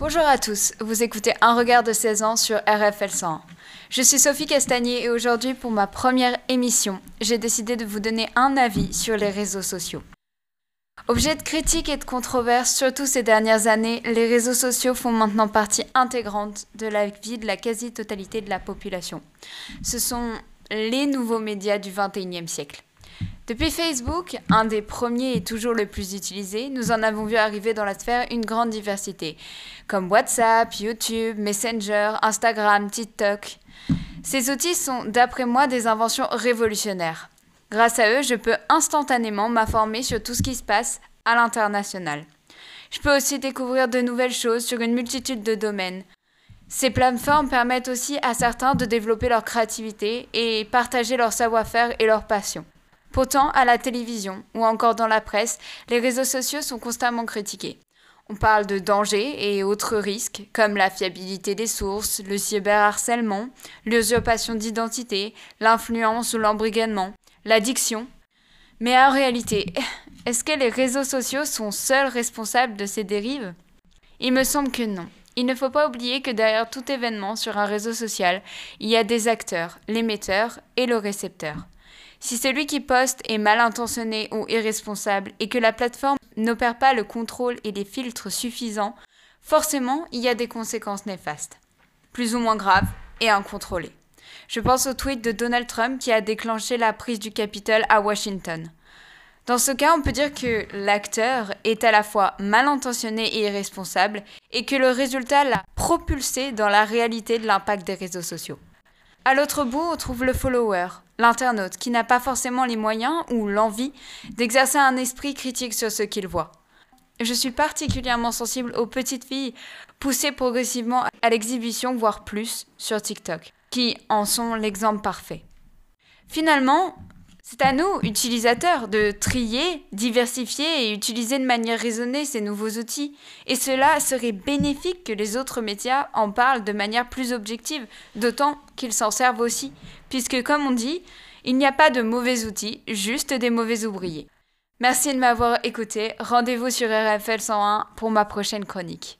Bonjour à tous, vous écoutez Un regard de 16 ans sur RFL 101. Je suis Sophie Castagnier et aujourd'hui pour ma première émission, j'ai décidé de vous donner un avis sur les réseaux sociaux. Objet de critique et de controverse, surtout ces dernières années, les réseaux sociaux font maintenant partie intégrante de la vie de la quasi-totalité de la population. Ce sont les nouveaux médias du XXIe siècle. Depuis Facebook, un des premiers et toujours le plus utilisé, nous en avons vu arriver dans la sphère une grande diversité, comme WhatsApp, YouTube, Messenger, Instagram, TikTok. Ces outils sont, d'après moi, des inventions révolutionnaires. Grâce à eux, je peux instantanément m'informer sur tout ce qui se passe à l'international. Je peux aussi découvrir de nouvelles choses sur une multitude de domaines. Ces plateformes permettent aussi à certains de développer leur créativité et partager leur savoir-faire et leur passion. Pourtant, à la télévision ou encore dans la presse, les réseaux sociaux sont constamment critiqués. On parle de dangers et autres risques, comme la fiabilité des sources, le cyberharcèlement, l'usurpation d'identité, l'influence ou l'embrigadement, l'addiction. Mais en réalité, est-ce que les réseaux sociaux sont seuls responsables de ces dérives ? Il me semble que non. Il ne faut pas oublier que derrière tout événement sur un réseau social, il y a des acteurs, l'émetteur et le récepteur. Si celui qui poste est mal intentionné ou irresponsable et que la plateforme n'opère pas le contrôle et les filtres suffisants, forcément, il y a des conséquences néfastes, plus ou moins graves et incontrôlées. Je pense au tweet de Donald Trump qui a déclenché la prise du Capitole à Washington. Dans ce cas, on peut dire que l'acteur est à la fois mal intentionné et irresponsable et que le résultat l'a propulsé dans la réalité de l'impact des réseaux sociaux. À l'autre bout, on trouve le follower, l'internaute, qui n'a pas forcément les moyens ou l'envie d'exercer un esprit critique sur ce qu'il voit. Je suis particulièrement sensible aux petites filles poussées progressivement à l'exhibition, voire plus, sur TikTok, qui en sont l'exemple parfait. Finalement, c'est à nous, utilisateurs, de trier, diversifier et utiliser de manière raisonnée ces nouveaux outils. Et cela serait bénéfique que les autres médias en parlent de manière plus objective, d'autant qu'ils s'en servent aussi. Puisque, comme on dit, il n'y a pas de mauvais outils, juste des mauvais ouvriers. Merci de m'avoir écouté. Rendez-vous sur RFL 101 pour ma prochaine chronique.